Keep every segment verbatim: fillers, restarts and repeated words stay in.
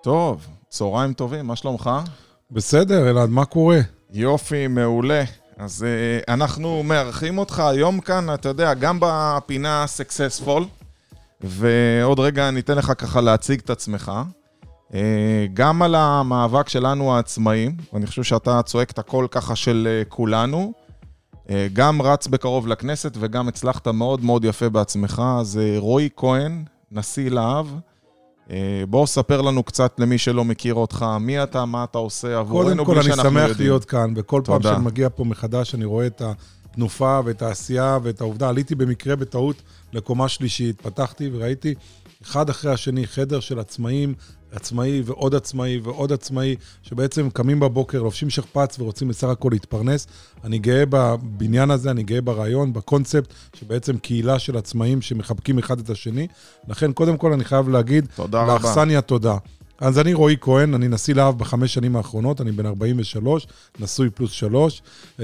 טוב, צהריים טובים, מה שלומך? בסדר, אלעד, מה קורה? יופי, מעולה. אז uh, אנחנו מארחים אותך היום כאן, אתה יודע, גם בפינה Successful, ועוד רגע ניתן לך ככה להציג את עצמך, uh, גם על המאבק שלנו העצמאים, ואני חושב שאתה צועק את הכל ככה של uh, כולנו, uh, גם רץ בקרוב לכנסת וגם הצלחת מאוד מאוד יפה בעצמך, אז uh, רועי כהן, נשיא להב, בואו ספר לנו קצת למי שלא מכיר אותך, מי אתה, מה אתה עושה עבורנו, קודם כל אני שמח להיות כאן, וכל פעם שאני מגיע פה מחדש, אני רואה את התנופה ואת העשייה ואת העובדה. עליתי במקרה בטעות לקומה שלישית, פתחתי וראיתי אחד אחרי השני חדר של עצמאים, עצמאי ועוד עצמאי ועוד עצמאי, שבעצם קמים בבוקר, לובשים שכפ"ץ ורוצים בסך הכל להתפרנס. אני גאה בבניין הזה, אני גאה ברעיון, בקונספט, שבעצם קהילה של עצמאים שמחבקים אחד את השני. לכן, קודם כל אני חייב להגיד, לאכסניה תודה. אז אני רועי כהן, אני נשיא להב בחמש שנים האחרונות, אני בן ארבעים ושלוש, נשוי פלוס שלוש,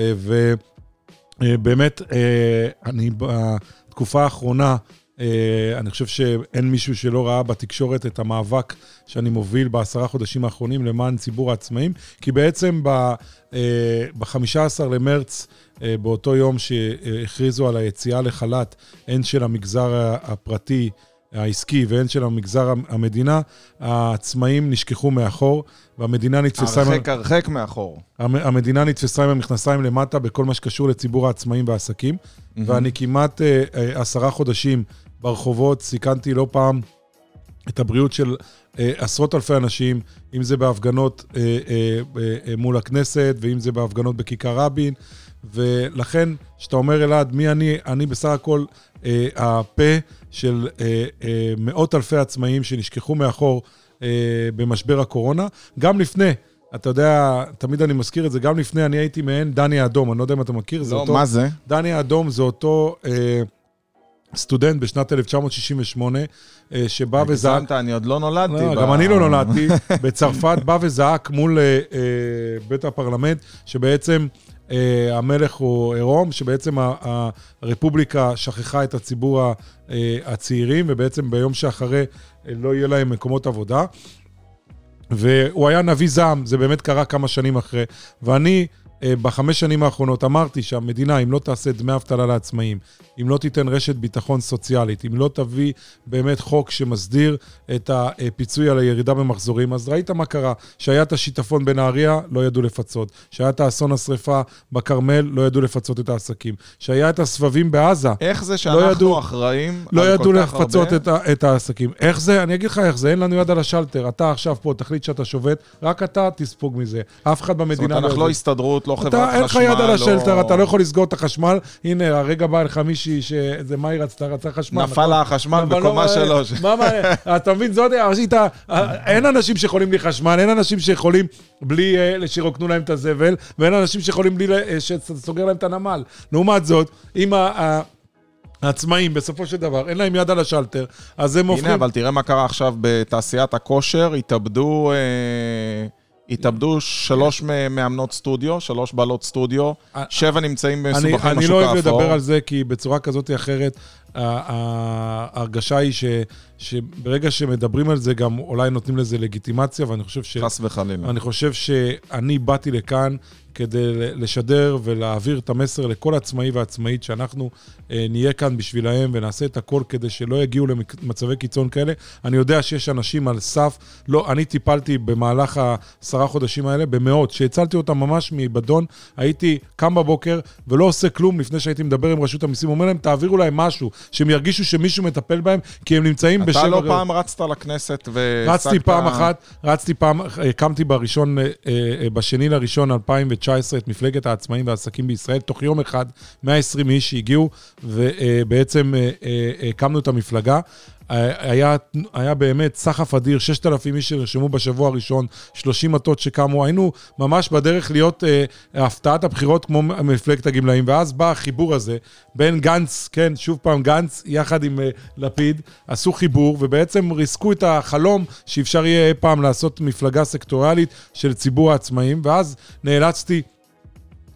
ובאמת, אני בתקופה האחרונה, אני חושב שאין מישהו שלא ראה בתקשורת את המאבק שאני מוביל בעשרה חודשים האחרונים למען ציבור העצמאים, כי בעצם ב-חמישה עשר למרץ, באותו יום שהכריזו על היציאה לחל"ת, הן של המגזר הפרטי, העסקי והן של המגזר המדינה, העצמאים נשכחו מאחור, והמדינה נתפסה... הרחק, הרחק מאחור. המדינה נתפסה עם המכנסיים למטה בכל מה שקשור לציבור העצמאים והעסקים, mm-hmm. ואני כמעט אה, עשרה חודשים ברחובות, סיכנתי לא פעם את הבריאות של אה, עשרות אלפי אנשים, אם זה בהפגנות אה, אה, אה, מול הכנסת, ואם זה בהפגנות בכיכר רבין, ולכן, שאתה אומר אלעד, מי אני? אני בסך הכל אה, הפה של אה, אה, מאות אלפי עצמאים שנשכחו מאחור אה, במשבר הקורונה. גם לפני, אתה יודע, תמיד אני מזכיר את זה, גם לפני אני הייתי מעין דני האדום, אני לא יודע אם אתה מכיר. לא, אותו, מה זה? דני האדום זה אותו אה, סטודנט בשנת אלף תשע מאות שישים ושמונה, אה, שבא וזעק... הגזמת, אני עוד לא נולדתי. לא, ב... גם אני לא נולדתי. בצרפת בא וזעק מול אה, אה, בית הפרלמנט, שבעצם... Uh, המלך הוא עירום, שבעצם הרפובליקה שכחה את הציבור uh, הצעירים, ובעצם ביום שאחרי uh, לא יהיה להם מקומות עבודה. והוא היה נביא זעם, זה באמת קרה כמה שנים אחרי. ואני uh, בחמש שנים האחרונות אמרתי שהמדינה, אם לא תעשה דמי אבטלה לעצמאים, אם לא תיתן רשת ביטחון סוציאלית, אם לא תביא באמת חוק שמסדיר את הפיצוי על הירידה במחזורים, אז ראית מה קרה? שהיה את השיטפון בנהריה, לא ידעו לפצות. שהיה את האסון השריפה בכרמל, לא ידעו לפצות את העסקים. שהיה את הסבבים בעזה. איך זה שאנחנו לא ידעו, אחראים לא ידעו לפצות את, את העסקים. איך זה? אני אגיד לך איך זה, אין לנו יד על השלטר. אתה עכשיו פה, תחליט שאתה שובת, רק אתה תספוג מזה. אף אחד במדינה זאת אומרת, אנחנו לא הסתדרות, לא חברת חשמל. אין לך יד על השלטר, אתה לא יכול לסגור את החשמל. הנה, הרגע בא לך מישהי שזה מה היא רצתה, רצה חשמל. נפל לה החשמל בקומה שלוש. מה, מה, אתה מבין, זאת הראשית, אין אנשים שיכולים בלי חשמל, אין אנשים שיכולים בלי שירוקנו להם את הזבל, ואין אנשים שיכולים בלי שסוגר להם את הנמל. לעומת זאת, אם העצמאים בסופו של דבר, אין להם יד על השלטר, אז הם הופכים... הנה, אבל תראה מה קרה עכשיו בתעשיית הכושר, התאבדו... התאבדו שלוש מאמנות סטודיו, שלוש בעלות סטודיו, שבע נמצאים מסובכים בשוק האפור. אני לא אוהב לדבר על זה, כי בצורה כזאת או אחרת, ההרגשה היא שברגע שמדברים על זה, גם אולי נותנים לזה לגיטימציה, ואני חושב ש... חס וחלילה. אני חושב שאני באתי לכאן כדי לשדר ולהעביר את המסר לכל עצמאי ועצמאית, שאנחנו נהיה כאן בשבילהם ונעשה את הכל כדי שלא יגיעו למצבי קיצון כאלה. אני יודע שיש אנשים על סף, לא, אני טיפלתי במהלך העשרה חודשים האלה במאות, שהצלתי אותם ממש מבדון, הייתי קם בבוקר ולא עושה כלום לפני שהייתי מדבר עם רשות המיסים, אומר להם, תעבירו להם משהו, שהם ירגישו שמישהו מטפל בהם, כי הם נמצאים בשבע... אתה לא פעם רצת לכנסת ו... רצתי פעם אחת, רצתי פעם, הקמתי בראשון, בשני לראשון אלפיים תשע עשרה את מפלגת העצמאים והעסקים בישראל, תוך יום אחד, מאה ועשרים איש שהגיעו, ובעצם הקמנו את המפלגה. היה, היה באמת סחף אדיר, ששת אלפים איש שנרשמו בשבוע הראשון, שלושים מטות שקמו, היינו ממש בדרך להיות אה, הפתעת הבחירות כמו מפלגת הגמלאים, ואז בא החיבור הזה בין גנץ, כן, שוב פעם גנץ, יחד עם אה, לפיד, עשו חיבור, ובעצם ריסקו את החלום שאפשר יהיה אי פעם לעשות מפלגה סקטוריאלית של ציבור העצמאים, ואז נאלצתי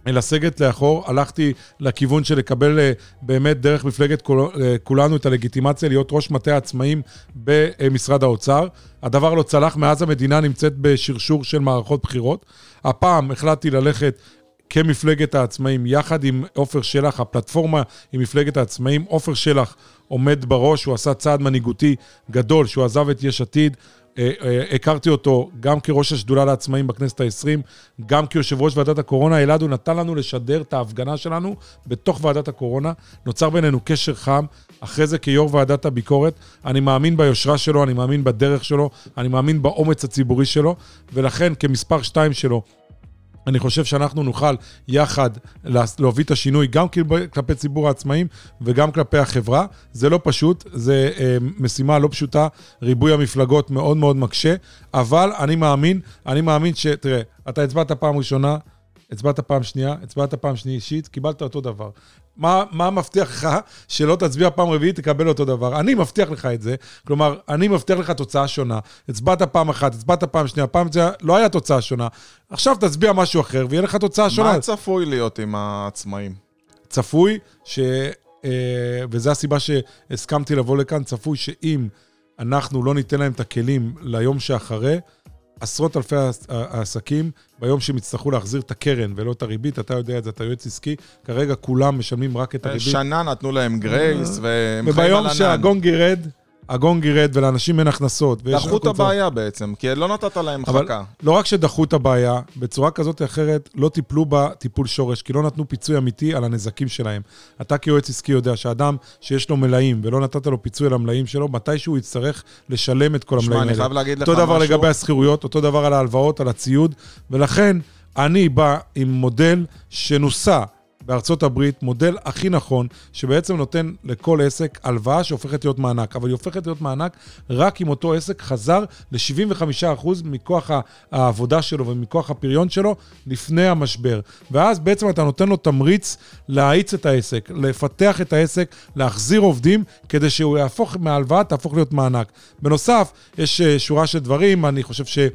לסגת לאחור, הלכתי לכיוון של לקבל באמת דרך מפלגת כולנו את הלגיטימציה להיות ראש מטה העצמאים במשרד האוצר. הדבר לא צלח, מאז המדינה נמצאת בשרשור של מערכות בחירות. הפעם החלטתי ללכת כמפלגת העצמאים, יחד עם עופר שלח, הפלטפורמה עם מפלגת העצמאים. עופר שלח עומד בראש, הוא עשה צעד מנהיגותי גדול, שהוא עזב את יש עתיד, הכרתי אותו גם כראש השדולה לעצמאים בכנסת ה-עשרים, גם כיושב ראש ועדת הקורונה. אלעד, הוא נתן לנו לשדר את ההפגנה שלנו בתוך ועדת הקורונה, נוצר בינינו קשר חם, אחרי זה כיו"ר ועדת הביקורת, אני מאמין ביושרה שלו, אני מאמין בדרך שלו, אני מאמין באומץ הציבורי שלו, ולכן כמספר שתיים שלו, אני חושב שאנחנו נוכל יחד להוביל את השינוי גם כלפי ציבור העצמאים וגם כלפי החברה. זה לא פשוט, זה משימה לא פשוטה, ריבוי המפלגות מאוד מאוד מקשה, אבל אני מאמין, אני מאמין ש... תראה, אתה הצבעת פעם ראשונה, הצבעת פעם שנייה, הצבעת פעם שלישית, קיבלת אותו דבר. מה, מה מבטיח לך שלא תצביע פעם רביעית, תקבל אותו דבר? אני מבטיח לך את זה, כלומר, אני מבטיח לך תוצאה שונה. הצבעת פעם אחת, הצבעת פעם שנייה, פעם שנייה, לא היה תוצאה שונה. עכשיו תצביע משהו אחר, ויהיה לך תוצאה שונה. מה צפוי להיות עם העצמאים? צפוי, ש... וזו הסיבה שהסכמתי לבוא לכאן, צפוי שאם אנחנו לא ניתן להם את הכלים ליום שאחרי, עשרות אלפי העסקים, ביום שהם יצטרכו להחזיר את הקרן ולא את הריבית, אתה יודע את זה, אתה יועץ עסקי, כרגע כולם משלמים רק את הריבית. שנה נתנו להם גרייס, והם חיים על ענן. וביום שהגונג ירד, הגונג ירד, ולאנשים אין הכנסות. דחו את הבעיה בעצם, כי לא נתת להם חכה. לא רק שדחו את הבעיה, בצורה כזאת או אחרת, לא טיפלו בטיפול שורש, כי לא נתנו פיצוי אמיתי על הנזקים שלהם. אתה כיועץ עסקי יודע שאדם שיש לו מלאים, ולא נתת לו פיצוי על המלאים שלו, מתישהו יצטרך לשלם את כל המלאים האלה. אני חייב להגיד לך משהו. אותו דבר לגבי הסחירויות, אותו דבר על ההלוואות, על הציוד, ולכן אני בא עם מודל שנוסע בארצות הברית, מודל הכי נכון, שבעצם נותן לכל עסק הלוואה שהופכת להיות מענק, אבל היא הופכת להיות מענק רק אם אותו עסק חזר ל-שבעים וחמישה אחוז מכוח העבודה שלו ומכוח הפריון שלו לפני המשבר. ואז בעצם אתה נותן לו תמריץ להאיץ את העסק, לפתח את העסק, להחזיר עובדים, כדי שהוא יהפוך מההלוואה, תהפוך להיות מענק. בנוסף, יש שורה של דברים, אני חושב ש...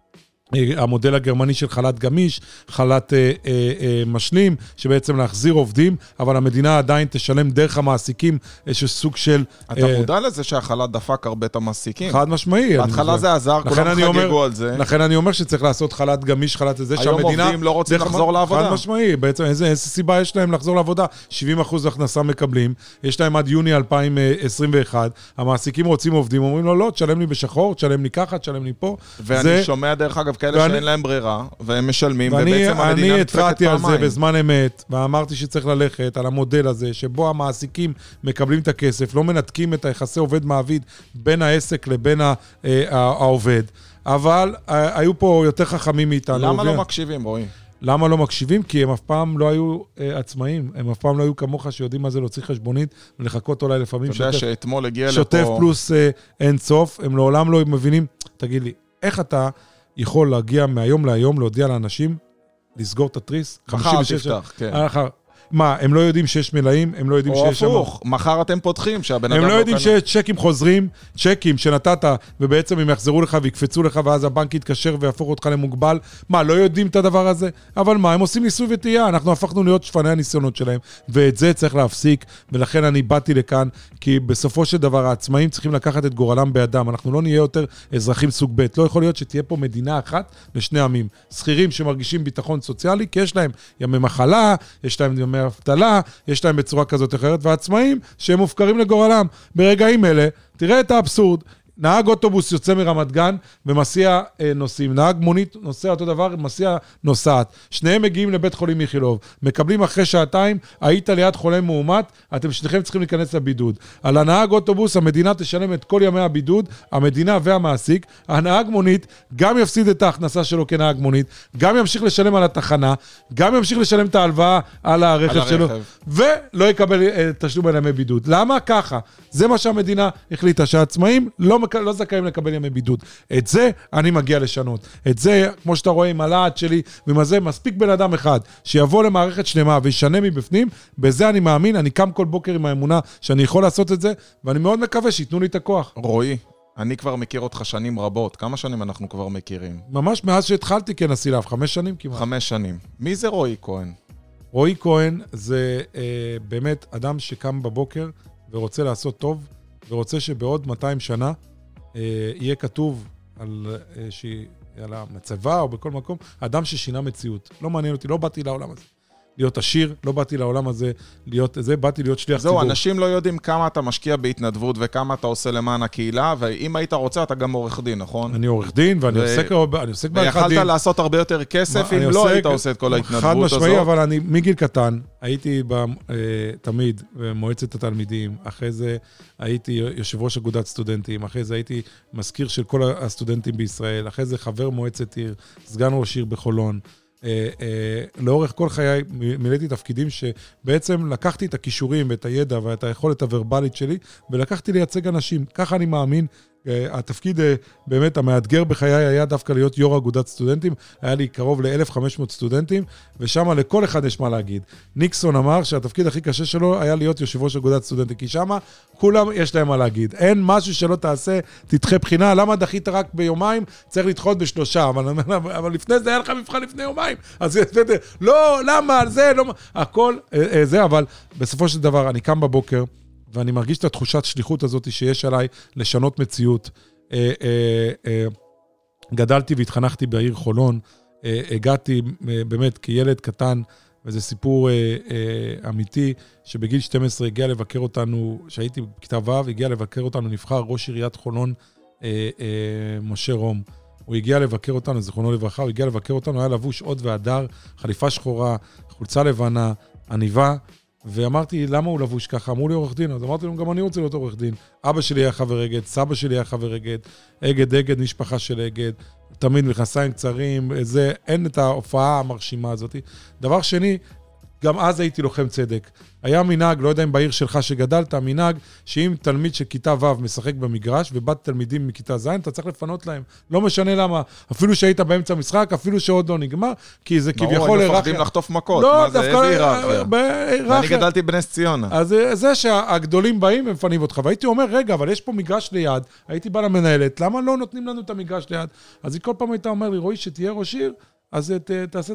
המודל הגרמני של חל"ת גמיש, חל"ת אה, אה, משלים, שבעצם להחזיר עובדים, אבל המדינה עדיין תשלם דרך המעסיקים איזשהו סוג של... אתה אה, מודע לזה שהחל"ת דפק הרבה את המעסיקים? חד משמעי. בהתחלה זה עזר, כולם חגגו על זה. לכן אני אומר שצריך לעשות חל"ת גמיש, חל"ת הזה, שהמדינה... היום עובדים לא רוצים לחזור לעבודה. חד משמעי, בעצם איזה, איזה סיבה יש להם לחזור לעבודה? שבעים אחוז הכנסה מקבלים, יש להם עד יוני אלפיים עשרים ואחת, המעסיקים רוצים עובדים, אומרים לו, לא, תשלם לי בשחור, תשלם לי ככה, תשלם לי פה. ואני זה... שומע דרך אגב כאלה ואני, שאין להם ברירה, והם משלמים, ואני, ובעצם המדינה אני נדפקת פעמיים. התרעתי על זה בזמן אמת, ואמרתי שצריך ללכת על המודל הזה, שבו המעסיקים מקבלים את הכסף, לא מנתקים את היחסי עובד מעביד בין העסק לבין העובד. אבל היו פה יותר חכמים מאיתנו. למה לא מקשיבים, רועי? למה לא מקשיבים? כי הם אף פעם לא היו עצמאים, הם אף פעם לא היו כמוך שיודעים מה זה להוציא חשבונית, ולחכות אולי לפעמים אתה יודע שאתמול הגיע לפה... שוטף פלוס אין סוף, הם לעולם לא מבינים. תגיד לי, איך אתה יכול להגיע מהיום להיום, להודיע לאנשים, לסגור את התריס? מחר תפתח, כן. מה, הם לא יודעים שיש מלאים, הם לא יודעים שיש... או הפוך, מחר אתם פותחים, שהבן אדם הם לא יודעים שיש צ'קים חוזרים, צ'קים שנתת, ובעצם הם יחזרו לך ויקפצו לך, ואז הבנק יתקשר ויהפוך אותך למוגבל. מה, לא יודעים את הדבר הזה? אבל מה, הם עושים ניסוי וטעייה, אנחנו הפכנו להיות שפני הניסיונות שלהם, ואת זה צריך להפסיק, ולכן אני באתי לכאן, כי בסופו של דבר העצמאים צריכים לקחת את גורלם בידם, אנחנו לא נהיה יותר אזרחים סוג ב', לא יכול להיות שתהיה פה מדינה אחת לשני עמים, שכירים שמרגישים ביטחון סוציאלי, כי יש להם ימי מחלה, יש להם ימי אבטלה, יש להם בצורה כזאת אחרת, והעצמאים שהם מופקרים לגורלם. ברגעים אלה, תראה את האבסורד, נהג אוטובוס יוצא מרמת גן ומסיע אה, נוסעים, נהג מונית נוסע אותו דבר, מסיע נוסעת. שניהם מגיעים לבית חולים איכילוב, מקבלים אחרי שעתיים, היית ליד חולה מאומת, אתם שניכם צריכים להיכנס לבידוד. על הנהג אוטובוס, המדינה תשלם את כל ימי הבידוד, המדינה והמעסיק, הנהג מונית גם יפסיד את ההכנסה שלו כנהג מונית, גם ימשיך לשלם על התחנה, גם ימשיך לשלם את ההלוואה על הרכב, על שלו, ולא יקבל אה, תשלום על ימי בידוד. למה? ככה. זה מה שהמדינה החליטה, שהעצמאים לא לא זכאים לקבל ימי בידוד. את זה אני מגיע לשנות. את זה, כמו שאתה רואה עם הלהט שלי, ועם זה מספיק בן אדם אחד, שיבוא למערכת שלמה וישנה מבפנים, בזה אני מאמין, אני קם כל בוקר עם האמונה שאני יכול לעשות את זה, ואני מאוד מקווה שיתנו לי את הכוח. רועי, אני כבר מכיר אותך שנים רבות. כמה שנים אנחנו כבר מכירים? ממש מאז שהתחלתי כנשיא להב, חמש שנים כמעט. חמש שנים. מי זה רועי כהן? רועי כהן זה אה, באמת אדם שקם בבוקר ורוצה לעשות טוב, ורוצה שבעוד מאתיים שנה אה, יהיה כתוב על, אה, שהיא, על המצבה או בכל מקום, אדם ששינה מציאות. לא מעניין אותי, לא באתי לעולם הזה. להיות עשיר, לא באתי לעולם הזה, להיות זה, באתי להיות שליח ציבור. זהו, אנשים לא יודעים כמה אתה משקיע בהתנדבות וכמה אתה עושה למען הקהילה, ואם היית רוצה, אתה גם עורך דין, נכון? אני עורך דין, ואני ו... עוסק, אני עוסק בעריכת דין. ויכלת לעשות הרבה יותר כסף, אם לא היית עושה את כל ההתנדבות הזאת. חד משמעי, אבל אני מגיל קטן, הייתי ב, תמיד במועצת התלמידים, אחרי זה הייתי יושב ראש אגודת סטודנטים, אחרי זה הייתי מזכיר של כל הסטודנטים בישראל, אחרי זה חבר מועצת עיר, סגן ראש עיר בחולון. Uh, uh, לאורך כל חיי מילאתי תפקידים שבעצם לקחתי את הכישורים ואת הידע ואת היכולת הוורבלית שלי ולקחתי לייצג אנשים. ככה אני מאמין. Uh, התפקיד uh, באמת המאתגר בחיי היה דווקא להיות יו"ר אגודת סטודנטים. היה לי קרוב ל-אלף וחמש מאות סטודנטים, ושם לכל אחד יש מה להגיד. ניקסון אמר שהתפקיד הכי קשה שלו היה להיות יושב ראש אגודת סטודנטים, כי שם כולם יש להם מה להגיד. אין משהו שלא תעשה, תדחה בחינה. למה דחית רק ביומיים? צריך לדחות בשלושה. אבל, אבל לפני זה היה לך מבחן לפני יומיים. אז לא, למה? על זה, לא... הכל זה, אבל בסופו של דבר אני קם בבוקר, ואני מרגיש את התחושת שליחות הזאת שיש עליי לשנות מציאות. גדלתי והתחנכתי בעיר חולון, הגעתי באמת כילד קטן, וזה סיפור אמיתי, שבגיל שתים עשרה הגיע לבקר אותנו, שהייתי בכיתה ו', הגיע לבקר אותנו, נבחר ראש עיריית חולון, משה רום. הוא הגיע לבקר אותנו, זכרונו לברכה, הוא הגיע לבקר אותנו, היה לבוש עוד והדר, חליפה שחורה, חולצה לבנה, עניבה, ואמרתי, למה הוא לבוש ככה? אמרו לי עורך דין, אז אמרתי לו, גם אני רוצה להיות עורך דין. אבא שלי היה חבר אגד, סבא שלי היה חבר אגד, אגד, אגד, משפחה של אגד, תמיד מכנסיים קצרים, זה, אין את ההופעה המרשימה הזאת. דבר שני, גם אז הייתי לוחם צדק. היה מנהג, לא יודע אם בעיר שלך שגדלת, מנהג שאם תלמיד של כיתה ו' משחק במגרש, ובת תלמידים מכיתה ז', אתה צריך לפנות להם. לא משנה למה, אפילו שהיית באמצע המשחק, אפילו שעוד לא נגמר, כי זה כביכול... ברור, הם מפחדים לחטוף מכות. לא, מה זה, איזה היררכיה? ואני גדלתי בנס ציונה. אז זה שהגדולים באים, הם מפנים אותך. והייתי אומר, רגע, אבל יש פה מגרש ליד, הייתי בא למנהלת, למה לא נותנים לנו את המגרש ליד? אז היא כל פעם הייתה אומר לי, רואי, שתהיה ראש עיר, אז תעשה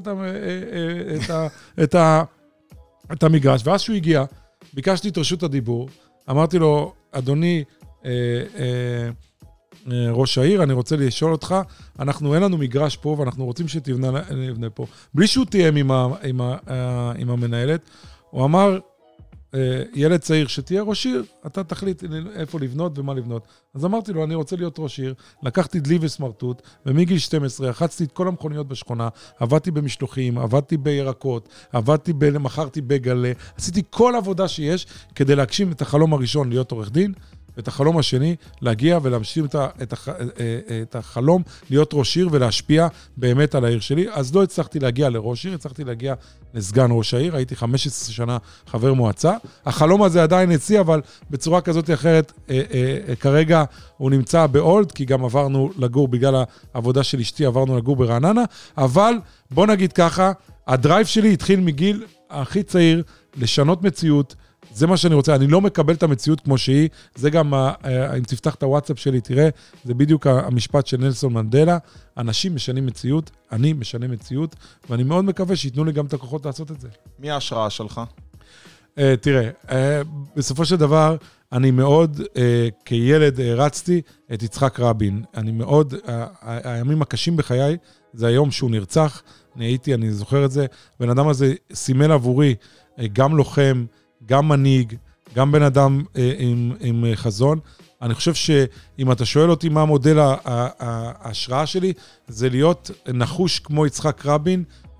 את ה... את המגרש, ואז שהוא הגיע, ביקשתי את רשות הדיבור, אמרתי לו, אדוני אה, אה, אה, ראש העיר, אני רוצה לשאול אותך, אנחנו אין לנו מגרש פה, ואנחנו רוצים שתבנה פה. בלי שהוא תיאם עם, ה, עם, ה, אה, עם המנהלת, הוא אמר, אה, ילד צעיר, שתהיה ראש עיר, אתה תחליט איפה לבנות ומה לבנות. אז אמרתי לו, אני רוצה להיות ראש עיר, לקחתי דלי וסמרטוט, ומגיל שתים עשרה, רחצתי את כל המכוניות בשכונה, עבדתי במשלוחים, עבדתי בירקות, עבדתי ב... מכרתי בגלה, עשיתי כל עבודה שיש, כדי להגשים את החלום הראשון להיות עורך דין, ואת החלום השני, להגיע ולהמשיך את, ה... את, הח... את החלום, להיות ראש עיר ולהשפיע באמת על העיר שלי. אז לא הצלחתי להגיע לראש עיר, הצלחתי להגיע לסגן ראש העיר, הייתי חמש עשרה שנה חבר מועצה. החלום הזה עדיין אצלי, אבל בצורה כזאת או אחרת, אה, אה, אה, כרגע הוא נמצא באולד, כי גם עברנו לגור, בגלל העבודה של אשתי, עברנו לגור ברעננה, אבל בוא נגיד ככה, הדרייב שלי התחיל מגיל הכי צעיר, לשנות מציאות, זה מה שאני רוצה, אני לא מקבל את המציאות כמו שהיא, זה גם, אם תפתח את הוואטסאפ שלי, תראה, זה בדיוק המשפט של נלסון מנדלה, אנשים משנים מציאות, אני משנה מציאות, ואני מאוד מקווה שיתנו לי גם את הכוחות לעשות את זה. מי ההשראה שלך? תראה, בסופו של דבר, אני מאוד, כילד, רצתי את יצחק רבין. אני מאוד, הימים הקשים בחיי, זה היום שהוא נרצח, אני הייתי, אני זוכר את זה, בן אדם הזה סימל עבורי, גם לוחם, גם מנהיג, גם בן אדם עם, עם חזון. אני חושב שאם אתה שואל אותי מה המודל ההשראה שלי, זה להיות נחוש כמו יצחק רבין,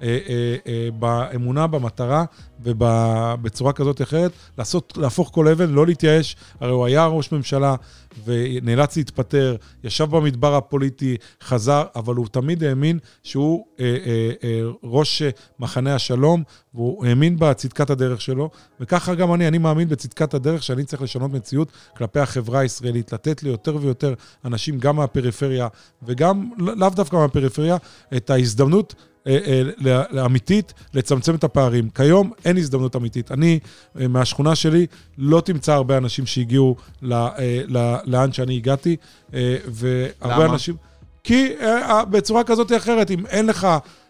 באמונה, במטרה ובצורה כזאת אחרת, לעשות, להפוך כל אבן, לא להתייאש. הרי הוא היה ראש ממשלה ונאלץ להתפטר, ישב במדבר הפוליטי, חזר, אבל הוא תמיד האמין שהוא אה, אה, אה, ראש מחנה השלום, והוא האמין בצדקת הדרך שלו, וככה גם אני, אני מאמין בצדקת הדרך שאני צריך לשנות מציאות כלפי החברה הישראלית, לתת לי יותר ויותר אנשים גם מהפריפריה, וגם לאו דווקא מהפריפריה, את ההזדמנות לאמיתית, לצמצם את הפערים. כיום אין הזדמנות אמיתית. אני, מהשכונה שלי, לא תמצא הרבה אנשים שהגיעו לאן שאני הגעתי, והרבה אנשים... כי בצורה כזאת או אחרת, אם אין לך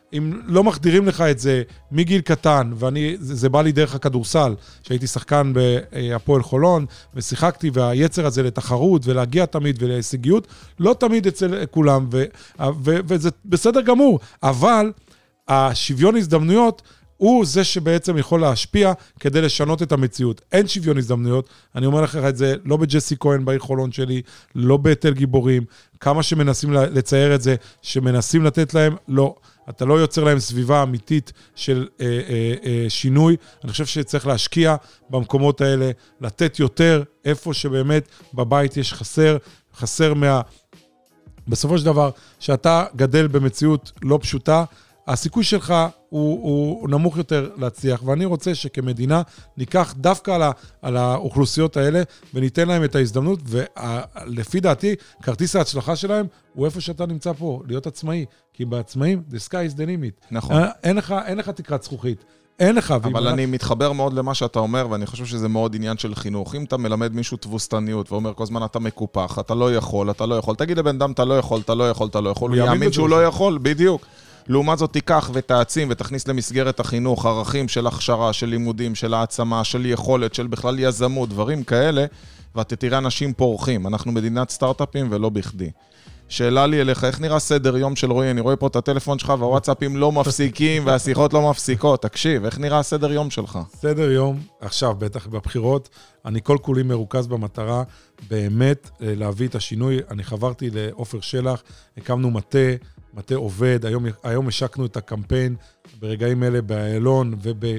אם לא מחדירים לך את זה מגיל קטן, ואני, זה, זה בא לי דרך הכדורסל, שהייתי שחקן בהפועל חולון, ושיחקתי, והיצר הזה לתחרות, ולהגיע תמיד ולהישגיות, לא תמיד אצל כולם, ו, ו, וזה בסדר גמור, אבל השוויון הזדמנויות, הוא זה שבעצם יכול להשפיע כדי לשנות את המציאות. אין שוויון הזדמנויות, אני אומר לך את זה, לא בג'סי כהן בעיר חולון שלי, לא בתל גיבורים, כמה שמנסים לצייר את זה, שמנסים לתת להם, לא. אתה לא יוצר להם סביבה אמיתית של אה, אה, אה, שינוי. אני חושב שצריך להשקיע במקומות האלה, לתת יותר, איפה שבאמת בבית יש חסר, חסר מה... בסופו של דבר, שאתה גדל במציאות לא פשוטה, הסיכוי שלך הוא, הוא נמוך יותר להצליח, ואני רוצה שכמדינה ניקח דווקא על, ה, על האוכלוסיות האלה, וניתן להם את ההזדמנות, ולפי דעתי, כרטיס ההצלחה שלהם הוא איפה שאתה נמצא פה, להיות עצמאי, כי בעצמאים, the sky is the limit. נכון. אין לך, אין לך תקרת זכוכית. אין לך. אבל אני מתחבר מאוד למה שאתה אומר, ואני חושב שזה מאוד עניין של חינוך. אם אתה מלמד מישהו תבוסתניות, ואומר כל זמן אתה מקופח, אתה לא יכול, אתה לא יכול. תגיד לבן אדם, אתה לא יכול, אתה לא יכול, אתה לא יכול. הוא יאמין שהוא לא יכול, בדיוק. לעומת זאת תיקח ותעצים ותכניס למסגרת החינוך, ערכים של הכשרה, של לימודים, של העצמה, של יכולת, של בכלל יזמות, דברים כאלה, ואתה תראה אנשים פורחים. אנחנו מדינת סטארט-אפים ולא בכדי. שאלה לי אליך, איך נראה סדר יום של רועי? אני רואה פה את הטלפון שלך והוואטסאפים לא מפסיקים והשיחות לא מפסיקות. תקשיב, איך נראה הסדר יום שלך? סדר יום, עכשיו בטח בבחירות, אני כל כולי מרוכז במטרה באמת להביא את השינוי. אני חברתי לעופר שלח, הקמנו מטה, מטה עובד, היום, היום השקנו את הקמפיין ברגעים אלה באיילון,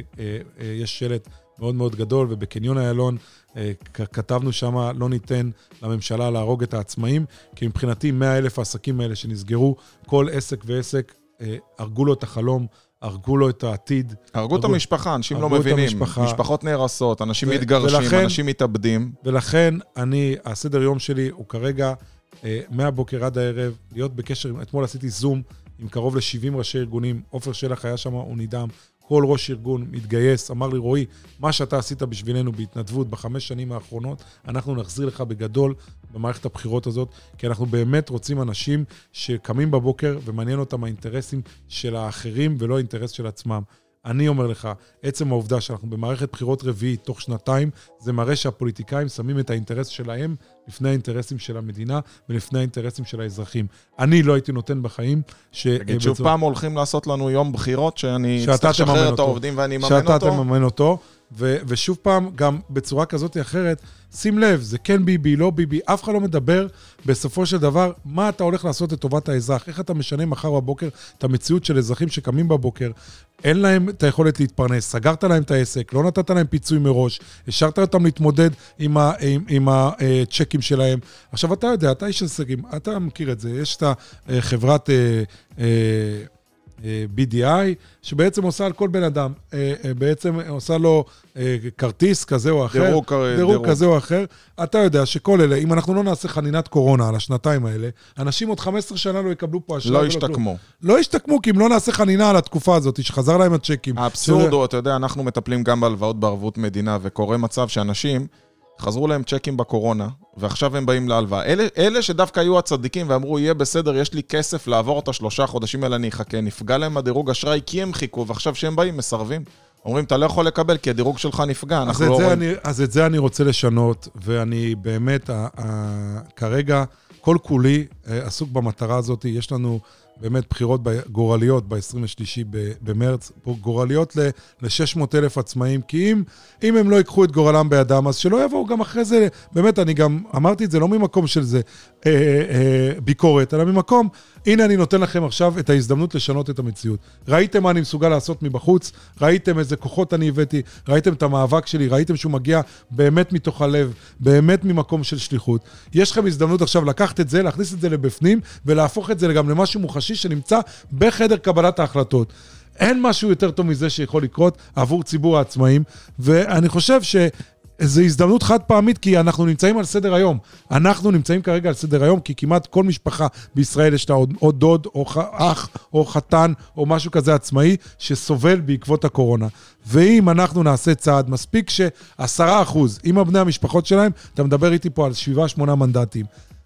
ויש שלט מאוד מאוד גדול, ובקניון האיילון כתבנו שם, לא ניתן לממשלה להרוג את העצמאים, כי מבחינתי מאה אלף העסקים האלה שנסגרו, כל עסק ועסק, הרגו לו את החלום, הרגו לו את העתיד. הרגו את המשפחה, אנשים לא מבינים. משפחות נהרסות, אנשים מתגרשים, אנשים מתאבדים. ולכן אני, הסדר יום שלי הוא כרגע, מהבוקר עד הערב, להיות בקשר, אתמול עשיתי זום עם קרוב ל-שבעים ראשי ארגונים, עופר שלח היה שם, הוא נדהם, כל ראש ארגון מתגייס, אמר לי, רועי, מה שאתה עשית בשבילנו בהתנדבות בחמש שנים האחרונות, אנחנו נחזיר לך בגדול במערכת הבחירות הזאת, כי אנחנו באמת רוצים אנשים שקמים בבוקר ומעניין אותם האינטרסים של האחרים ולא האינטרס של עצמם. אני אומר לך, עצם העובדה שאנחנו במערכת בחירות רביעית תוך שנתיים, זה מראה שהפוליטיקאים שמים את האינטרס שלהם לפני האינטרסים של המדינה ולפני האינטרסים של האזרחים. אני לא הייתי נותן בחיים ש... תגיד שוב פעם הולכים לעשות לנו יום בחירות, שאני אצטרך לשחרר את העובדים ואני אממן אותו. שאתה תממן אותו, ו- ושוב פעם, גם בצורה כזאת או אחרת, שים לב, זה כן ביבי, לא ביבי, אף אחד לא מדבר בסופו של דבר, מה אתה הולך לעשות לטובת האזרח, איך אתה משנה מחר בבוקר את המציאות של אזרחים שקמים בבוקר, אין להם את היכולת להתפרנס, סגרת להם את העסק, לא נתת להם פיצוי מראש, השארת אותם להתמודד עם, ה- עם, עם הצ'קים שלהם. עכשיו אתה יודע, אתה איש עסקים, אתה מכיר את זה, יש את החברת... אה, אה, בי די איי, שבעצם עושה על כל בן אדם, בעצם עושה לו כרטיס כזה או אחר, דירוג, דירוג כזה או אחר. אתה יודע שכל אלה, אם אנחנו לא נעשה חנינת קורונה על השנתיים האלה, אנשים עוד חמש עשרה שנה לא יקבלו פה אשראי. לא ישתקמו. לא ישתקמו, כי אם לא נעשה חנינה על התקופה הזאת, שחזר להם הצ'קים. האבסורד הוא, אתה יודע, אנחנו מטפלים גם בהלוואות בערבות מדינה, וקורה מצב שאנשים חזרו להם צ'קים בקורונה, ועכשיו הם באים להלוואה. אלה, אלה שדווקא היו הצדיקים ואמרו, יהיה בסדר, יש לי כסף לעבור את השלושה חודשים האלה, אני אחכה, נפגע להם הדירוג אשראי, כי הם חיכו, ועכשיו שהם באים, מסרבים. אומרים, אתה לא יכול לקבל, כי הדירוג שלך נפגע. אז, את, לא זה רואים... אני, אז את זה אני רוצה לשנות, ואני באמת, ה, ה, כרגע, כל כולי עסוק במטרה הזאת, יש לנו באמת בחירות גורליות ב-עשרים ושלושה במרץ, גורליות ל-שש מאות אלף עצמאים, כי אם, אם הם לא ייקחו את גורלם בידם, אז שלא יבואו גם אחרי זה, באמת, אני גם אמרתי את זה, לא ממקום של זה אה, אה, ביקורת, אלא ממקום, הנה אני נותן לכם עכשיו את ההזדמנות לשנות את המציאות. ראיתם מה אני מסוגל לעשות מבחוץ, ראיתם איזה כוחות אני הבאתי, ראיתם את המאבק שלי, ראיתם שהוא מגיע באמת מתוך הלב, באמת ממקום של שליחות. יש לכם הזדמנות עכשיו לקחת את זה, להכניס את זה לבפנים, ולהפוך את זה גם למשהו מוחשי שנמצא בחדר קבלת ההחלטות. אין משהו יותר טוב מזה שיכול לקרות עבור ציבור העצמאים, ואני חושב שזו הזדמנות חד פעמית, כי אנחנו נמצאים על סדר היום. אנחנו נמצאים כרגע על סדר היום, כי כמעט כל משפחה בישראל יש לה או דוד, או אח, או חתן, או משהו כזה עצמאי, שסובל בעקבות הקורונה. ואם אנחנו נעשה צעד, מספיק שעשרה אחוז, עם הבני המשפחות שלהם, אתה מדבר איתי פה על שבעה, שמונה מנדטים.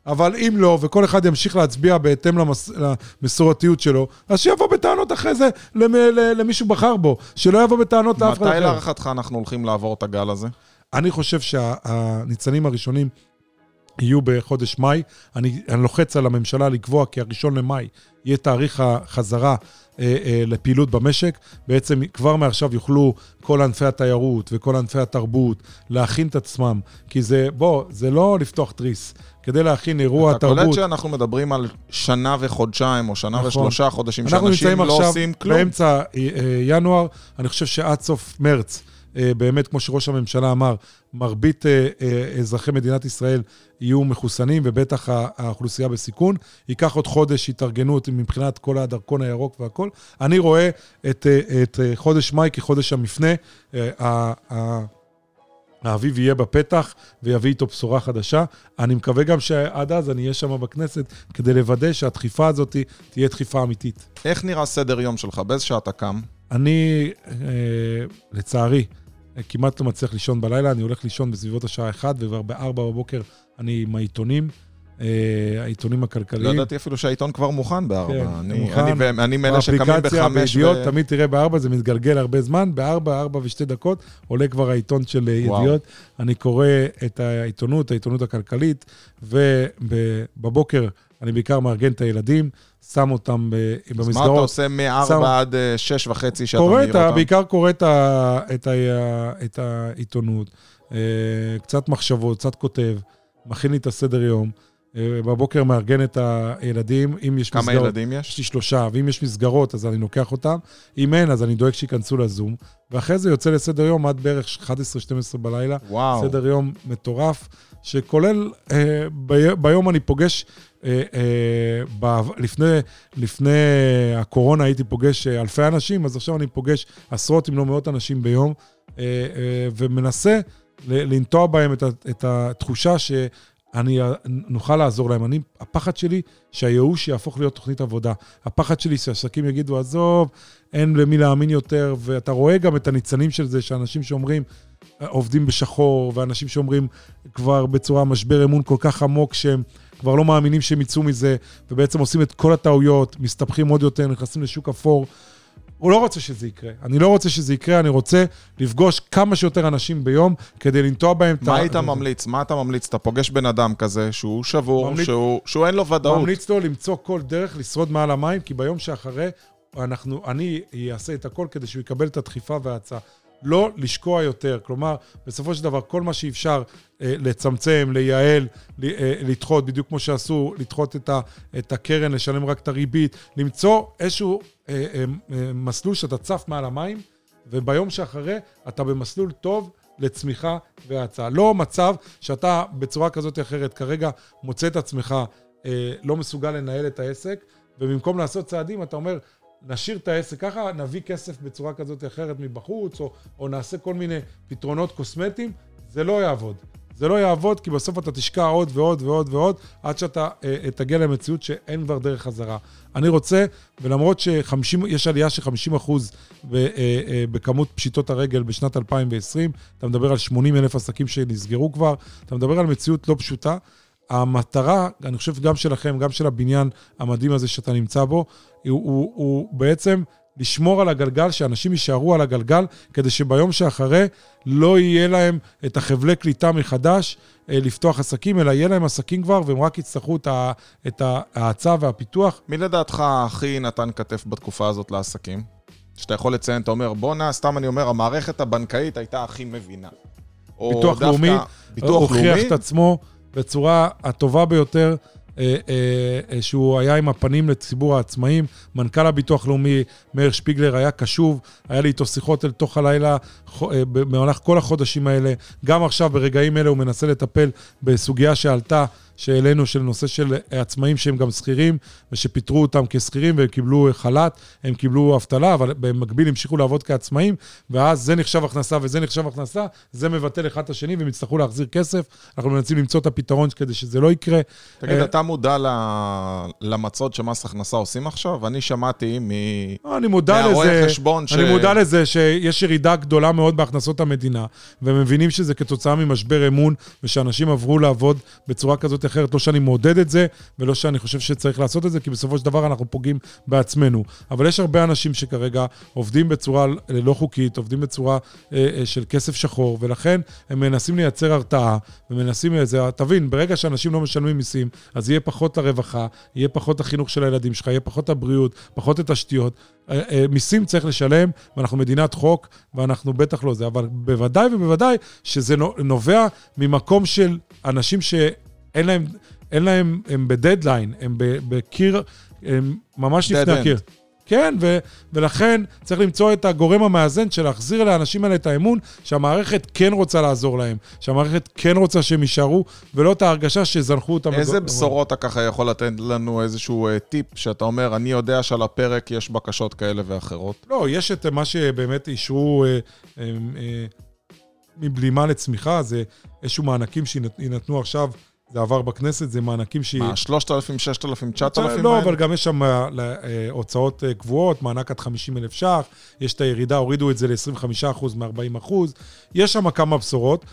אבל אם לא, וכל אחד ימשיך להצביע בהתאם למס... למסורתיות שלו, אז שיבוא בטענות אחרי זה למישהו בחר בו, שלא יבוא בטענות לאף אחד אחר. מתי להערכתך אנחנו הולכים לעבור את הגל הזה? אני חושב שהניצנים הראשונים יהיו בחודש מאי. אני, אני לוחץ על הממשלה לקבוע כי הראשון למאי יהיה תאריך החזרה אה, אה, לפעילות במשק. בעצם כבר מעכשיו יוכלו כל ענפי התיירות וכל ענפי התרבות להכין את עצמם, כי זה, בוא, זה לא לפתוח תריס. כדי להכין אירוע תרבות. אתה קולט שאנחנו מדברים על שנה וחודשיים, או שנה נכון. ושלושה חודשים, שאנשים לא עושים כלום. באמצע ינואר, אני חושב שעד סוף מרץ, באמת, כמו שראש הממשלה אמר, מרבית אזרחי מדינת ישראל יהיו מחוסנים, ובטח האוכלוסייה בסיכון. ייקח עוד חודש התארגנות מבחינת כל הדרכון הירוק והכל. אני רואה את, את חודש מאי כחודש המפנה. האביב יהיה בפתח ויביא איתו בשורה חדשה. אני מקווה גם שעד אז אני אהיה שם בכנסת כדי לוודא שהדחיפה הזאת תהיה דחיפה אמיתית. איך נראה סדר יום שלך? באיזה שעה אתה קם? אני, אה, לצערי, כמעט לא מצליח לישון בלילה. אני הולך לישון בסביבות השעה אחת, וכבר בארבע בבוקר אני עם העיתונים, אה, העיתונים הכלכליים. לא ידעתי אפילו שהעיתון כבר מוכן בארבע. כן, אני, מוכן. אני, אני מאלה שקמים בחמש. בידיעות, ו... תמיד תראה בארבע, זה מתגלגל הרבה זמן. בארבע, ארבע ושתי דקות, עולה כבר העיתון של וואו. ידיעות. אני קורא את העיתונות, העיתונות הכלכלית, ובבוקר אני בעיקר מארגן את הילדים, שם אותם במסגרות. אז מה אתה עושה מארבע עד שש וחצי שאתה מעיר אותם? בעיקר קורא את העיתונות, קצת מחשבות, קצת כותב, מכין לי את הסדר יום, בבוקר מארגן את הילדים, אם יש מסגרות. כמה ילדים יש? יש לי שלושה, ואם יש מסגרות, אז אני לוקח אותם. אם אין, אז אני דואג שיכנסו לזום, ואחרי זה יוצא לסדר יום עד בערך אחת עשרה שתים עשרה בלילה. וואו. סדר יום מטורף, שכולל, אה, בי, ביום אני פוגש, אה, אה, ב, לפני, לפני הקורונה הייתי פוגש אלפי אנשים, אז עכשיו אני פוגש עשרות אם לא מאות אנשים ביום, אה, אה, ומנסה לנטוע בהם את, את התחושה ש... אני נוכל לעזור להם. אני, הפחד שלי שהייאוש יהפוך להיות תוכנית עבודה. הפחד שלי שהעסקים יגידו, עזוב, אין למי להאמין יותר, ואתה רואה גם את הניצנים של זה, שאנשים שאומרים, עובדים בשחור, ואנשים שאומרים כבר בצורה משבר אמון כל כך עמוק, שהם כבר לא מאמינים שהם יצאו מזה, ובעצם עושים את כל הטעויות, מסתבכים עוד יותר, נכנסים לשוק אפור. הוא לא רוצה שזה יקרה. אני לא רוצה שזה יקרה, אני רוצה לפגוש כמה שיותר אנשים ביום, כדי לנטוע בהם את ה... מה היית ממליץ? מה אתה ממליץ? אתה פוגש בן אדם כזה, שהוא שבור, ממליץ... שהוא, שהוא אין לו ודאות. ממליץ לו למצוא כל דרך לשרוד מעל המים, כי ביום שאחרי, אנחנו, אני אעשה את הכל כדי שהוא יקבל את הדחיפה וההצעה. לא לשקוע יותר, כלומר, בסופו של דבר, כל מה שאפשר אה, לצמצם, לייעל, ל, אה, לדחות, בדיוק כמו שעשו, לדחות את, ה, את הקרן, לשלם רק את הריבית, למצוא איזשהו אה, אה, אה, מסלול שאתה צף מעל המים, וביום שאחרי אתה במסלול טוב לצמיחה והצעה. לא מצב שאתה בצורה כזאת או אחרת, כרגע מוצא את עצמך, אה, לא מסוגל לנהל את העסק, ובמקום לעשות צעדים, אתה אומר, נשאיר את העסק ככה, נביא כסף בצורה כזאת או אחרת מבחוץ, או, או נעשה כל מיני פתרונות קוסמטיים, זה לא יעבוד. זה לא יעבוד, כי בסוף אתה תשקע עוד ועוד ועוד ועוד, עד שאתה אה, תגיע למציאות שאין כבר דרך חזרה. אני רוצה, ולמרות שיש עלייה של חמישים אחוז ב, אה, אה, בכמות פשיטות הרגל בשנת אלפיים ועשרים, אתה מדבר על שמונים אלף עסקים שנסגרו כבר, אתה מדבר על מציאות לא פשוטה, המטרה, אני חושב גם שלכם, גם של הבניין המדהים הזה שאתה נמצא בו, הוא, הוא, הוא בעצם לשמור על הגלגל, שאנשים יישארו על הגלגל, כדי שביום שאחרי לא יהיה להם את החבלי קליטה מחדש, לפתוח עסקים, אלא יהיה להם עסקים כבר, והם רק יצטרכו את ההצעה והפיתוח. מי לדעתך הכי נתן כתף בתקופה הזאת לעסקים? שאתה יכול לציין, אתה אומר, בוא נע, סתם אני אומר, המערכת הבנקאית הייתה הכי מבינה. ביטוח לאומי, הוכיח את עצמו בצורה הטובה ביותר, שהוא היה עם הפנים לציבור העצמאים. מנכ"ל הביטוח לאומי, מאיר שפיגלר, היה קשוב, היה לי איתו שיחות אל תוך הלילה, במהלך כל החודשים האלה. גם עכשיו, ברגעים אלה, הוא מנסה לטפל בסוגיה שעלתה, שאלינו של נושא של עצמאים שהם גם שכירים, ושפיטרו אותם כשכירים והם קיבלו חל"ת, הם קיבלו אבטלה, אבל במקביל המשיכו לעבוד כעצמאים, ואז זה נחשב הכנסה וזה נחשב הכנסה, זה מבטל אחד את השני, והם יצטרכו להחזיר כסף. אנחנו מנסים למצוא את הפתרון כדי שזה לא יקרה. תגיד, אתה מודע למצוד שמס הכנסה עושים עכשיו? אני שמעתי מהרואי חשבון ש... אני מודע לזה שיש ירידה גדולה מאוד בהכנסות המדינה, והם מבינים שזה כתוצאה ממשבר אמון, ושאנשים עברו לעבוד בצורה כזאת אחרת, לא שאני מעודד את זה, ולא שאני חושב שצריך לעשות את זה, כי בסופו של דבר אנחנו פוגעים בעצמנו. אבל יש הרבה אנשים שכרגע עובדים בצורה לא חוקית, עובדים בצורה אה, של כסף שחור, ולכן הם מנסים לייצר הרתעה, ומנסים לזה, תבין, ברגע שאנשים לא משלמים מיסים, אז יהיה פחות הרווחה, יהיה פחות החינוך של הילדים שלך, יהיה פחות הבריאות, פחות התשתיות. מיסים צריך לשלם, ואנחנו מדינת חוק, ואנחנו בטח לא זה, אבל בוודאי ובוודאי שזה נובע ממקום של אנשים שאין להם, אין להם, הם בדדליין, הם בקיר, הם ממש לפני הקיר. כן, ו- ולכן צריך למצוא את הגורם המאזן של להחזיר לאנשים האלה את האמון, שהמערכת כן רוצה לעזור להם, שהמערכת כן רוצה שהם יישארו, ולא את ההרגשה שזנחו אותם. איזה בגו... בשורות אתה ככה יכול לתת לנו איזשהו uh, טיפ, שאתה אומר, אני יודע שעל הפרק יש בקשות כאלה ואחרות? לא, יש את מה שבאמת אישרו uh, uh, uh, מבלימה לצמיחה, זה איזשהו מענקים שינתנו עכשיו, זה עבר בכנסת, זה מענקים שהיא... מה, שלושת אלפים, ששת אלפים, תשעת אלפים? לא, אבל גם יש שם הוצאות קבועות, מענק עד חמישים אלף ש"ח, יש את הירידה, הורידו את זה ל-עשרים וחמישה אחוז מ-ארבעים אחוז, יש שם כמה בשורות.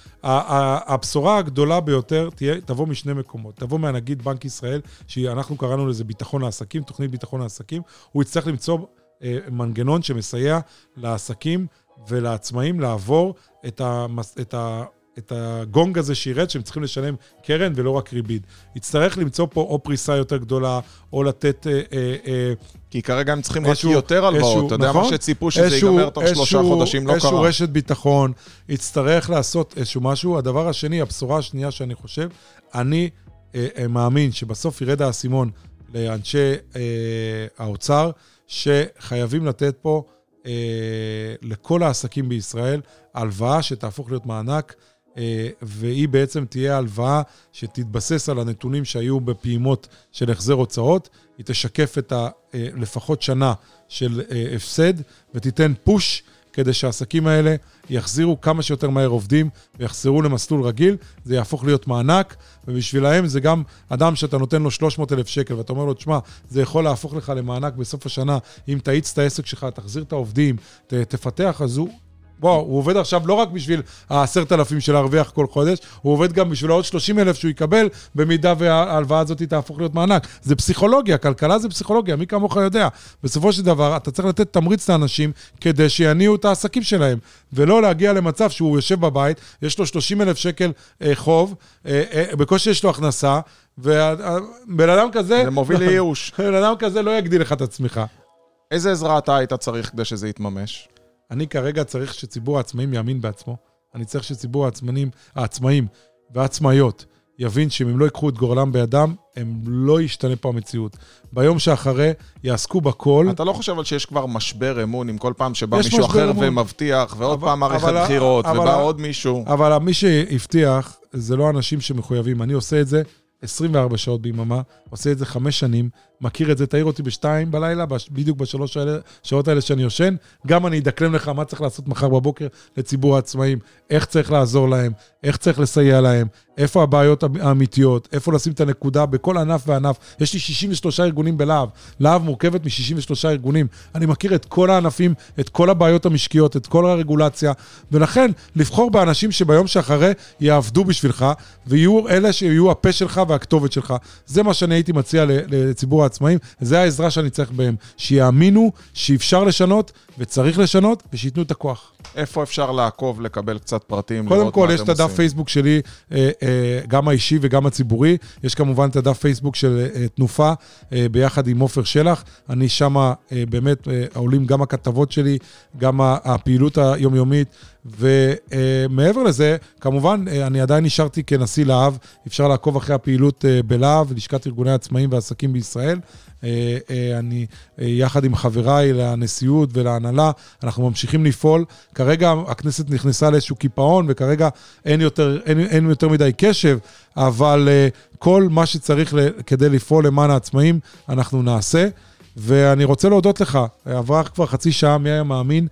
הבשורה הגדולה ביותר תבוא משני מקומות, תבוא מהנגיד בנק ישראל, שאנחנו קראנו לזה ביטחון לעסקים, תוכנית ביטחון לעסקים, הוא יצטרך למצוא מנגנון שמסייע לעסקים ולעצמאים לעבור את ה... את ה את הגונג הזה שירד, שהם צריכים לשלם קרן ולא רק ריבית. יצטרך למצוא פה או פריסה יותר גדולה, או לתת... אה, אה, כי כרגע הם צריכים רק יותר הלוואות. אתה יודע מה שציפו שזה ייגמר תוך שלושה חודשים, לא קרה. איזשהו רשת ביטחון, יצטרך לעשות איזשהו משהו. הדבר השני, הבשורה השנייה שאני חושב, אני אה, אה, מאמין שבסוף ירד האסימון לאנשי אה, האוצר, שחייבים לתת פה אה, לכל העסקים בישראל, הלוואה שתהפוך להיות מענק, והיא בעצם תהיה הלוואה שתתבסס על הנתונים שהיו בפעימות של החזר הוצאות, היא תשקף את ה, לפחות שנה של הפסד, ותיתן פוש כדי שהעסקים האלה יחזירו כמה שיותר מהר עובדים, ויחזרו למסלול רגיל, זה יהפוך להיות מענק, ובשבילהם זה גם אדם שאתה נותן לו שלוש מאות אלף שקל, ואתה אומר לו, תשמע, זה יכול להפוך לך למענק בסוף השנה, אם תאיץ את העסק שלך, תחזיר את העובדים, ת, תפתח, אז הוא... בוא, הוא עובד עכשיו לא רק בשביל העשרת אלפים של להרוויח כל חודש, הוא עובד גם בשביל עוד שלושים אלף שהוא יקבל, במידה וההלוואה הזאת תהפוך להיות מענק. זה פסיכולוגיה, כלכלה זה פסיכולוגיה, מי כמוך יודע. בסופו של דבר, אתה צריך לתת תמריץ לאנשים, כדי שיניעו את העסקים שלהם, ולא להגיע למצב שהוא יושב בבית, יש לו שלושים אלף שקל אה, חוב, אה, אה, בקושי יש לו הכנסה, ובן אדם כזה... זה מוביל לייאוש. בן אדם כזה לא יגדיל לך את הצמיחה. איזה עזרה אתה היית צריך כדי שזה יתממש? אני כרגע צריך שציבור העצמאים יאמין בעצמו. אני צריך שציבור העצמאים, העצמאים והעצמאיות יבין שאם הם לא יקחו את גורלם בידם, הם לא ישתנה פה המציאות. ביום שאחרי יעסקו בכל... אתה לא חושב על שיש כבר משבר אמון עם כל פעם שבא מישהו אחר אמון. ומבטיח, ועוד אבל, פעם מערכת בחירות, אבל, ובא אבל, עוד מישהו. אבל מי שהבטיח זה לא אנשים שמחויבים. אני עושה את זה עשרים וארבע שעות ביממה, עושה את זה חמש שנים, מכיר את זה, תעיר אותי בשתיים בלילה, בדיוק בשלוש שעות האלה שאני יושן, גם אני אדקלם לך מה צריך לעשות מחר בבוקר לציבור העצמאים, איך צריך לעזור להם, איך צריך לסייע להם, איפה הבעיות האמיתיות, איפה לשים את הנקודה בכל ענף וענף. יש לי שישים ושלושה ארגונים בלהב, להב מורכבת מ-שישים ושלושה ארגונים, אני מכיר את כל הענפים, את כל הבעיות המשקיות, את כל הרגולציה, ולכן לבחור באנשים שביום שאחרי יעבדו בשבילך, ויהיו אלה שיהיו הפה שלך והכתובת שלך. זה מה שאני הייתי מציע לציבור העצמאים, זה העזרה שאני צריך בהם, שיאמינו שאפשר לשנות וצריך לשנות, ושיתנו את הכוח. איפה אפשר לעקוב, לקבל קצת פרטים? קודם כל, יש את הדף פייסבוק שלי, גם האישי וגם הציבורי, יש כמובן את הדף פייסבוק של תנופה, ביחד עם עופר שלח, אני שם באמת עולים גם הכתבות שלי, גם הפעילות היומיומית, ומעבר לזה, כמובן, אני עדיין נשארתי כנשיא להב, אפשר לעקוב אחרי הפעילות בלהב, לשכת ארגוני העצמאים והעסקים בישראל, אני יחד עם חבריי לנשיאות ולהנהלה, אנחנו ממשיכים לפעול, כרגע הכנסת נכנסה לאיזשהו קיפאון, וכרגע אין יותר, אין, אין יותר מדי קשב, אבל כל מה שצריך כדי לפעול למען העצמאים, אנחנו נעשה, ואני רוצה להודות לך, עברה כבר חצי שעה, מי היה מאמין,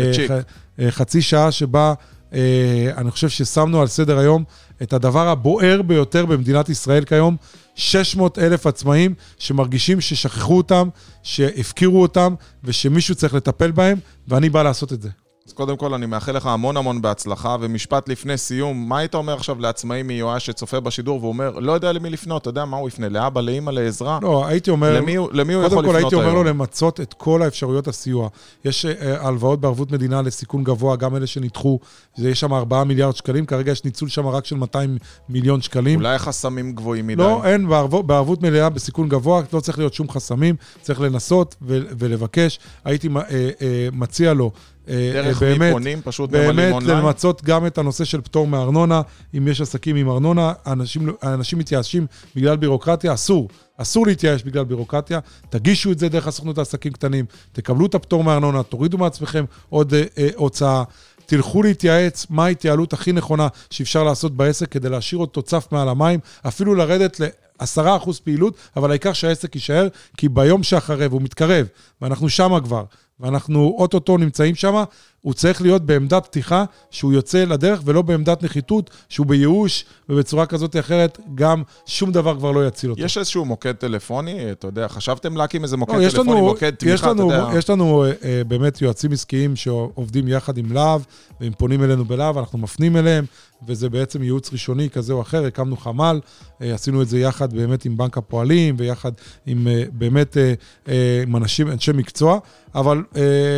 חצי שעה שבה אני חושב ששמנו על סדר היום את הדבר הבוער ביותר במדינת ישראל כיום, שש מאות אלף עצמאים שמרגישים ששכחו אותם, שהפקירו אותם, ושמישהו צריך לטפל בהם, ואני בא לעשות את זה. אז קודם כל אני מאחל לך המון המון בהצלחה, ומשפט לפני סיום, מה היית אומר עכשיו לעצמאי מיואש שצופה בשידור ואומר, לא יודע למי לפנות, אתה יודע מה הוא יפנה, לאבא, לאמא, לעזרה? לא, הייתי אומר, למי, למי הוא יכול קודם כל לפנות הייתי אומר היום? לו למצות את כל האפשרויות הסיוע. יש אה, הלוואות בערבות מדינה לסיכון גבוה, גם אלה שנדחו, יש שם ארבעה מיליארד שקלים, כרגע יש ניצול שם רק של מאתיים מיליון שקלים. אולי חסמים גבוהים מדי. לא, אין, בערבות, בערבות מלאה בסיכון גבוה, לא צריך להיות שום חסמים, צריך לנסות ו- ולבקש. הייתי אה, אה, מציע לו, דרך באמת, מי פונים, פשוט ממלאים באמת אונליין. למצות גם את הנושא של פטור מארנונה, אם יש עסקים עם ארנונה, אנשים, אנשים מתייאשים בגלל בירוקרטיה, אסור, אסור להתייאש בגלל בירוקרטיה, תגישו את זה דרך הסוכנות העסקים קטנים, תקבלו את הפטור מארנונה, תורידו מעצמכם עוד אה, אה, הוצאה, תלכו להתייעץ מה ההתייעלות הכי נכונה שאפשר לעשות בעסק כדי להשאיר אותו צף מעל המים, אפילו לרדת ל-עשרה אחוז פעילות, אבל העיקר שהעסק יישאר, כי ביום שאחרי, והוא מתקרב, ואנחנו שמה כבר, ואנחנו אוטוטו נמצאים שמה, הוא צריך להיות בעמדת פתיחה שהוא יוצא לדרך, ולא בעמדת נחיתות, שהוא בייאוש, ובצורה כזאת או אחרת, גם שום דבר כבר לא יציל אותו. יש איזשהו מוקד טלפוני, אתה יודע, חשבתם להקים איזה מוקד לא, טלפוני, לנו, מוקד תמיכה, לנו, אתה יודע. יש לנו uh, באמת יועצים עסקיים שעובדים יחד עם להב, והם פונים אלינו בלהב, אנחנו מפנים אליהם, וזה בעצם ייעוץ ראשוני כזה או אחר, הקמנו חמ"ל, uh, עשינו את זה יחד באמת עם בנק הפועלים, ויחד עם uh, באמת uh, uh, עם אנשים, אנשי מקצוע, אבל uh,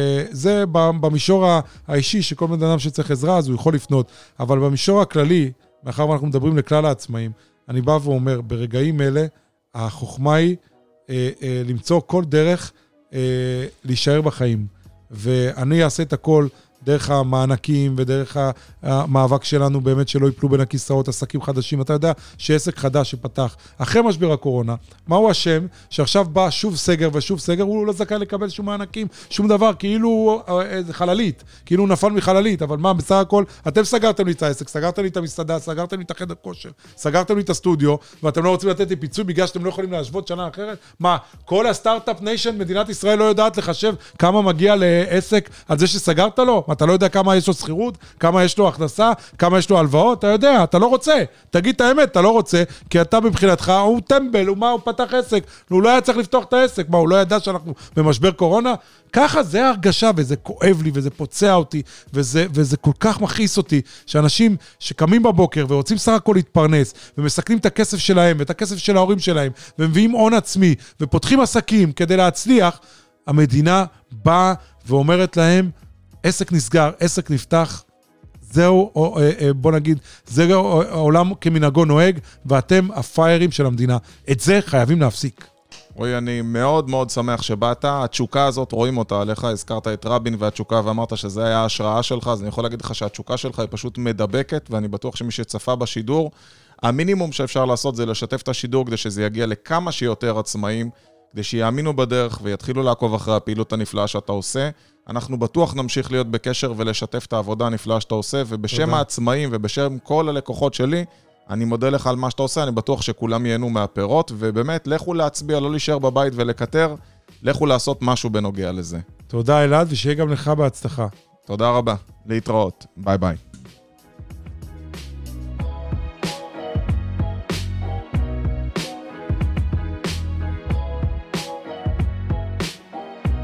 זה במישור האישי, שכל בן אדם שצריך עזרה, אז הוא יכול לפנות, אבל במישור הכללי, מאחר ואנחנו מדברים לכלל העצמאים, אני בא ואומר, ברגעים אלה, החוכמה היא אה, אה, למצוא כל דרך אה, להישאר בחיים. ואני אעשה את הכל דרך המענקים ודרך המאבק שלנו באמת שלא ייפלו בין הכיסאות, עסקים חדשים. אתה יודע שעסק חדש שפתח אחרי משבר הקורונה, מהו השם? שעכשיו בא שוב סגר ושוב סגר, הוא לא זכאי לקבל שום מענקים, שום דבר, כאילו זה חללית, כאילו הוא נפל מחללית, אבל מה, בסך הכל, אתם סגרתם לי את העסק, סגרתם לי את המסעדה, סגרתם לי את החדר כושר, סגרתם לי את הסטודיו, ואתם לא רוצים לתת לי פיצוי בגלל שאתם לא יכולים להשוות שנה אחרת? מה, כל הסטארט-אפ ניישן, מדינת ישראל לא יודעת לחשב כמה מגיע לעסק על זה שסגרת לו? אתה לא יודע כמה יש לו שכירות, כמה יש לו הכנסה, כמה יש לו הלוואות, אתה יודע, אתה לא רוצה. תגיד את האמת, אתה לא רוצה, כי אתה מבחינתך, הוא טמבל, הוא מה, הוא פתח עסק, הוא לא היה צריך לפתוח את העסק, מה, הוא לא ידע שאנחנו במשבר קורונה? ככה זה הרגשה, וזה כואב לי, וזה פוצע אותי, וזה, וזה כל כך מכעיס אותי, שאנשים שקמים בבוקר ורוצים סך הכל להתפרנס, ומסכנים את הכסף שלהם, ואת הכסף של ההורים שלהם, ומביאים הון עצמי, ופותחים עסקים כדי להצליח, המדינה באה ואומרת להם, עסק נסגר, עסק נפתח, זהו, בוא נגיד, זהו העולם כמנהגו נוהג, ואתם הפיירים של המדינה. את זה חייבים להפסיק. רועי, אני מאוד מאוד שמח שבאת, התשוקה הזאת, רואים אותה עליך, הזכרת את רבין והתשוקה ואמרת שזה היה ההשראה שלך, אז אני יכול להגיד לך שהתשוקה שלך היא פשוט מדבקת, ואני בטוח שמי שצפה בשידור, המינימום שאפשר לעשות זה לשתף את השידור, כדי שזה יגיע לכמה שיותר עצמאים, כדי שיאמינו בדרך ויתחילו לעקוב אחרי הפעילות הנפלאה שאתה עושה. אנחנו בטוח נמשיך להיות בקשר ולשתף את העבודה הנפלאה שאתה עושה, ובשם העצמאים ובשם כל הלקוחות שלי, אני מודה לך על מה שאתה עושה, אני בטוח שכולם ייהנו מהפירות, ובאמת, לכו להצביע, לא להישאר בבית ולקטר, לכו לעשות משהו בנוגע לזה. תודה אלעד, ושיהיה גם לך בהצלחה. תודה רבה, להתראות, ביי ביי.